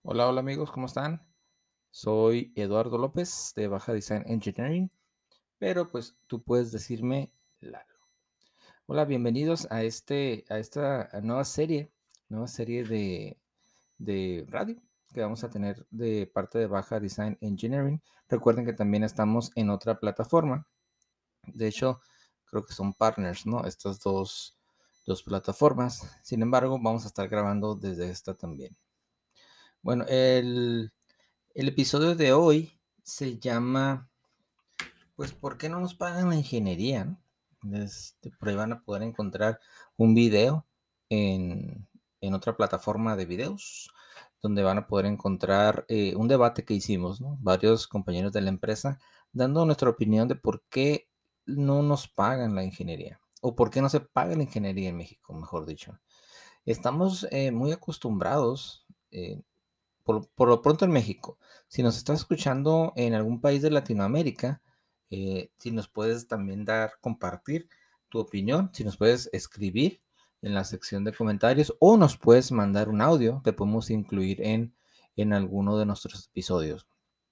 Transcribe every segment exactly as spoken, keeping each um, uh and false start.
Hola, hola amigos, ¿cómo están? Soy Eduardo López de Baja Design Engineering, pero pues tú puedes decirme Lalo. Hola, bienvenidos a este, a esta nueva serie, nueva serie de, de radio que vamos a tener de parte de Baja Design Engineering. Recuerden que también estamos en otra plataforma. De hecho, creo que son partners, ¿no? Estas dos, dos plataformas. Sin embargo, vamos a estar grabando desde esta también. Bueno, el, el episodio de hoy se llama, pues, ¿por qué no nos pagan la ingeniería? ¿No? Este, por ahí van a poder encontrar un video en, en otra plataforma de videos, donde van a poder encontrar eh, un debate que hicimos, ¿no? Varios compañeros de la empresa, dando nuestra opinión de por qué no nos pagan la ingeniería, o por qué no se paga la ingeniería en México, mejor dicho. Estamos eh, muy acostumbrados. eh, por, por lo pronto en México. Si nos estás escuchando en algún país de Latinoamérica, eh, si nos puedes también dar, compartir tu opinión, si nos puedes escribir en la sección de comentarios o nos puedes mandar un audio que podemos incluir en, en alguno de nuestros episodios.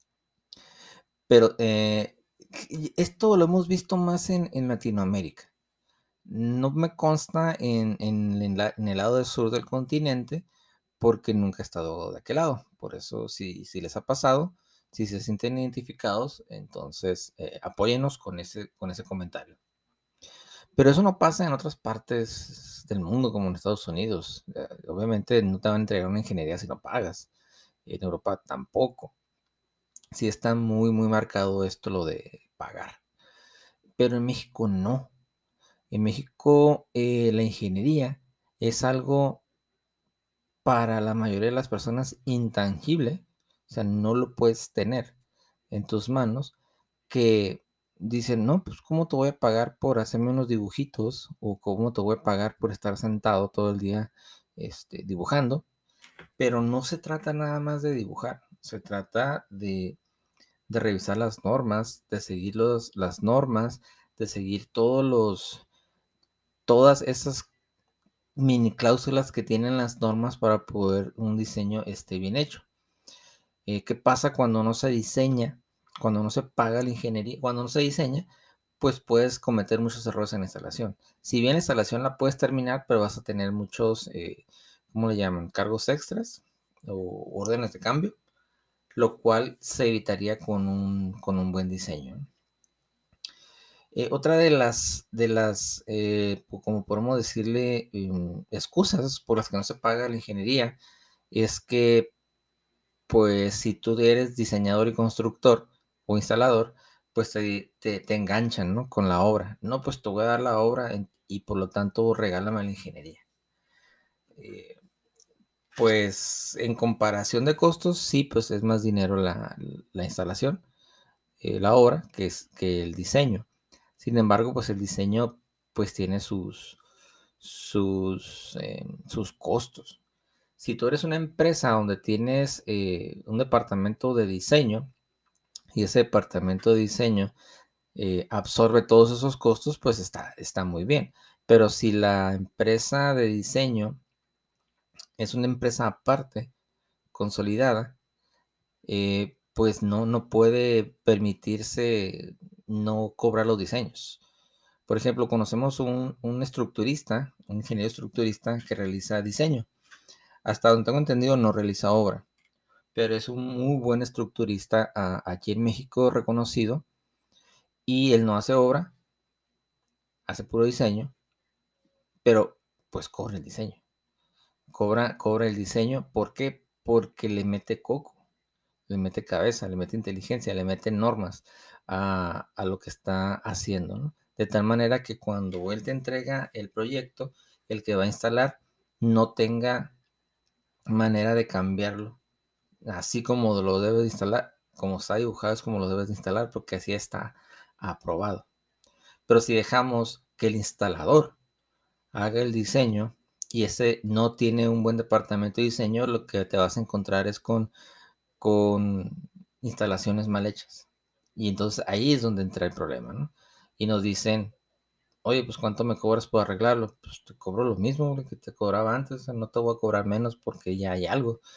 Pero eh, esto lo hemos visto más en, en Latinoamérica. No me consta en, en, en, la, en el lado del sur del continente, porque nunca he estado de aquel lado. Por eso, si, si les ha pasado, si se sienten identificados, entonces eh, apóyennos con ese, con ese comentario. Pero eso no pasa en otras partes del mundo, como en Estados Unidos. Eh, obviamente no te van a entregar una ingeniería si no pagas. En Europa tampoco. Sí está muy, muy marcado esto lo de pagar. Pero en México no. En México eh, la ingeniería es algo para la mayoría de las personas intangible, o sea, no lo puedes tener en tus manos, que dicen, no, pues ¿cómo te voy a pagar por hacerme unos dibujitos? O ¿cómo te voy a pagar por estar sentado todo el día este, dibujando? Pero no se trata nada más de dibujar, se trata de, de revisar las normas, de seguir los, las normas, de seguir todos los, todas esas mini cláusulas que tienen las normas para poder un diseño esté bien hecho. Eh, ¿Qué pasa cuando no se diseña? Cuando no se paga la ingeniería, cuando no se diseña, pues puedes cometer muchos errores en la instalación. Si bien la instalación la puedes terminar, pero vas a tener muchos, eh, ¿cómo le llaman? Cargos extras o órdenes de cambio, lo cual se evitaría con un, con un buen diseño. Eh, otra de las, de las eh, como podemos decirle, um, excusas por las que no se paga la ingeniería es que, pues, si tú eres diseñador y constructor o instalador, pues te, te, te enganchan, ¿no? Con la obra. No, pues te voy a dar la obra en, y por lo tanto regálame la ingeniería. Eh, pues en comparación de costos, sí, pues es más dinero la, la instalación, eh, la obra, que, es, que el diseño. Sin embargo, pues el diseño pues tiene sus, sus, eh, sus costos. Si tú eres una empresa donde tienes eh, un departamento de diseño y ese departamento de diseño eh, absorbe todos esos costos, pues está, está muy bien. Pero si la empresa de diseño es una empresa aparte, consolidada, eh, pues no, no puede permitirse no cobrar los diseños. Por ejemplo, conocemos un, un estructurista, un ingeniero estructurista que realiza diseño. Hasta donde tengo entendido, no realiza obra, pero es un muy buen estructurista a, aquí en México reconocido, y él no hace obra, hace puro diseño, pero pues cobra el diseño. Cobra, cobra el diseño, ¿por qué? Porque le mete coco, le mete cabeza, le mete inteligencia, le mete normas a, a lo que está haciendo, ¿no? De tal manera que cuando él te entrega el proyecto, el que va a instalar no tenga manera de cambiarlo. Así como lo debes de instalar, como está dibujado es como lo debes de instalar, porque así está aprobado. Pero si dejamos que el instalador haga el diseño y ese no tiene un buen departamento de diseño, lo que te vas a encontrar es con, con instalaciones mal hechas. Y entonces ahí es donde entra el problema, ¿no? Y nos dicen, oye, pues ¿cuánto me cobras por arreglarlo? Pues te cobro lo mismo que te cobraba antes, o sea, no te voy a cobrar menos porque ya hay algo.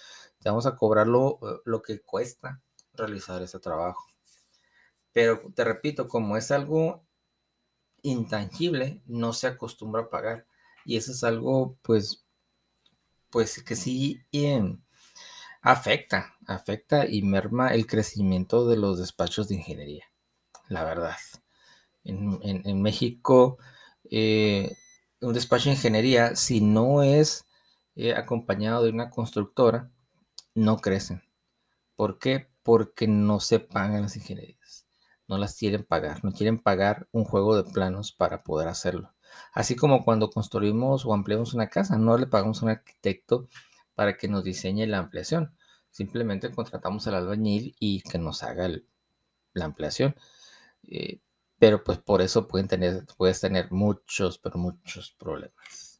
te vamos a cobrar lo, lo que cuesta realizar ese trabajo. Pero te repito, como es algo intangible, no se acostumbra a pagar. Y eso es algo, pues, pues que sí eh, afecta, afecta y merma el crecimiento de los despachos de ingeniería, la verdad. En, en, en México, eh, un despacho de ingeniería, si no es eh, acompañado de una constructora, no crecen. ¿Por qué? Porque no se pagan las ingenierías. No las quieren pagar. No quieren pagar un juego de planos para poder hacerlo. Así como cuando construimos o ampliamos una casa, no le pagamos a un arquitecto para que nos diseñe la ampliación. Simplemente contratamos al albañil y que nos haga el, la ampliación. Eh, pero pues por eso pueden tener, puedes tener muchos, pero muchos problemas.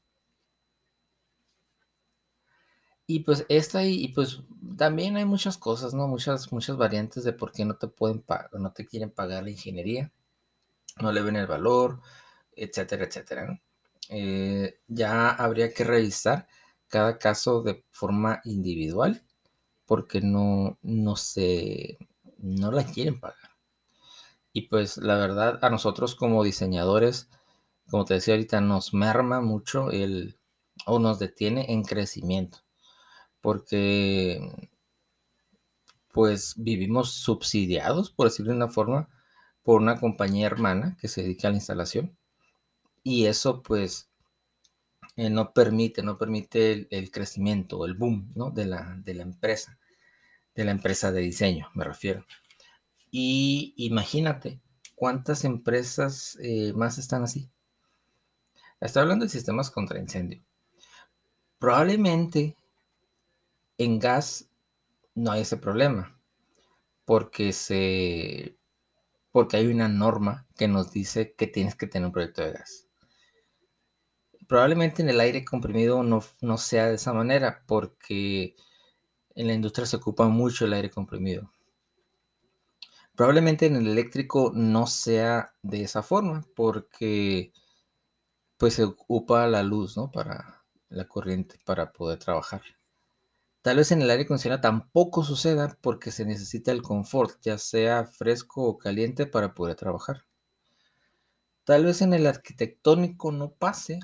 Y pues esta y, y, pues también hay muchas cosas, ¿no? Muchas, muchas variantes de por qué no te pueden pagar, no te quieren pagar la ingeniería, no le ven el valor, etcétera, etcétera, ¿no? Eh, ya habría que revisar cada caso de forma individual porque no, no se, no la quieren pagar. Y pues la verdad a nosotros como diseñadores, como te decía ahorita, nos merma mucho el, o nos detiene en crecimiento, porque pues vivimos subsidiados, por decirlo de una forma, por una compañía hermana que se dedica a la instalación. Y eso pues eh, no permite, no permite el, el crecimiento, el boom, ¿no? de, la, de la empresa, de la empresa de diseño, me refiero. Y imagínate cuántas empresas eh, más están así. Estoy hablando de sistemas contra incendio. Probablemente en gas no hay ese problema, porque se porque hay una norma que nos dice que tienes que tener un proyecto de gas. Probablemente en el aire comprimido no, no sea de esa manera, porque en la industria se ocupa mucho el aire comprimido. Probablemente en el eléctrico no sea de esa forma, porque pues se ocupa la luz, ¿no? Para la corriente, para poder trabajar. Tal vez en el aire acondicionado tampoco suceda porque se necesita el confort, ya sea fresco o caliente, para poder trabajar. Tal vez en el arquitectónico no pase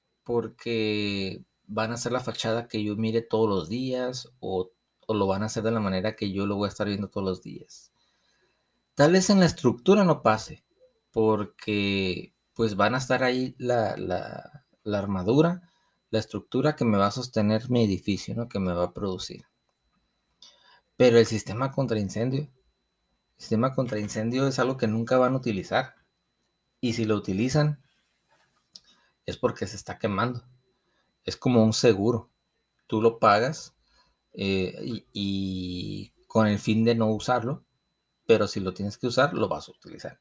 porque van a hacer la fachada que yo mire todos los días o, o lo van a hacer de la manera que yo lo voy a estar viendo todos los días. Tal vez en la estructura no pase porque pues van a estar ahí la, la, la armadura, la estructura que me va a sostener mi edificio, ¿no? Que me va a producir. Pero el sistema contra incendio, el sistema contra incendio es algo que nunca van a utilizar. Y si lo utilizan es porque se está quemando. Es como un seguro. Tú lo pagas eh, y, y con el fin de no usarlo, pero si lo tienes que usar, lo vas a utilizar.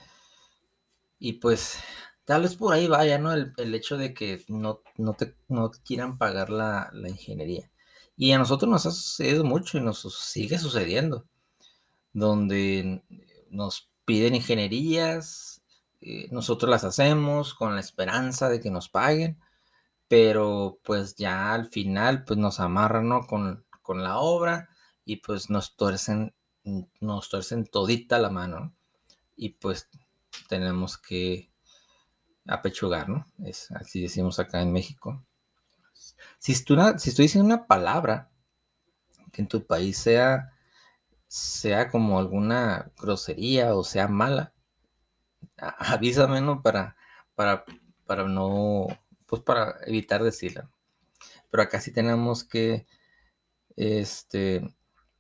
Y pues tal vez por ahí vaya, ¿no? El, el hecho de que no, no te no quieran pagar la, la ingeniería. Y a nosotros nos ha sucedido mucho y nos sigue sucediendo, donde nos piden ingenierías, eh, nosotros las hacemos con la esperanza de que nos paguen, pero pues ya al final pues nos amarran, ¿no? con, con la obra y pues nos tuercen, nos tuercen todita la mano, ¿no? Y pues tenemos que apechugar, ¿no? Es, así decimos acá en México. Si, estoy, si estoy diciendo una palabra que en tu país sea, sea como alguna grosería o sea mala, avísame, ¿no? Para, para, para no, pues para evitar decirla. Pero acá sí tenemos que, este,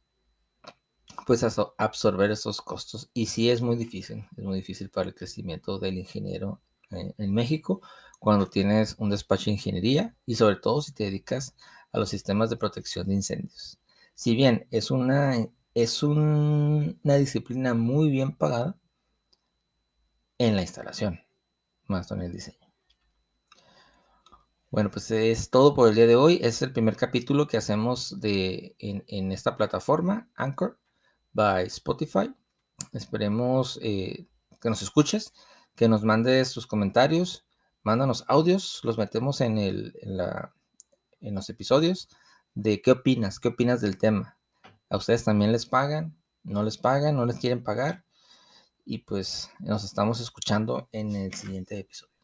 pues absorber esos costos. Y sí es muy difícil, es muy difícil para el crecimiento del ingeniero en, en México cuando tienes un despacho de ingeniería y sobre todo si te dedicas a los sistemas de protección de incendios. Si bien es una, es un, una disciplina muy bien pagada en la instalación, más no en el diseño. Bueno, pues es todo por el día de hoy. Es el primer capítulo que hacemos de, en, en esta plataforma, Anchor, by Spotify. Esperemos eh, que nos escuches, que nos mandes tus comentarios, mándanos audios, los metemos en, el, en, la, en los episodios. de qué opinas, qué opinas del tema. ¿A ustedes también les pagan? ¿No les pagan? ¿No les quieren pagar? Y pues nos estamos escuchando en el siguiente episodio.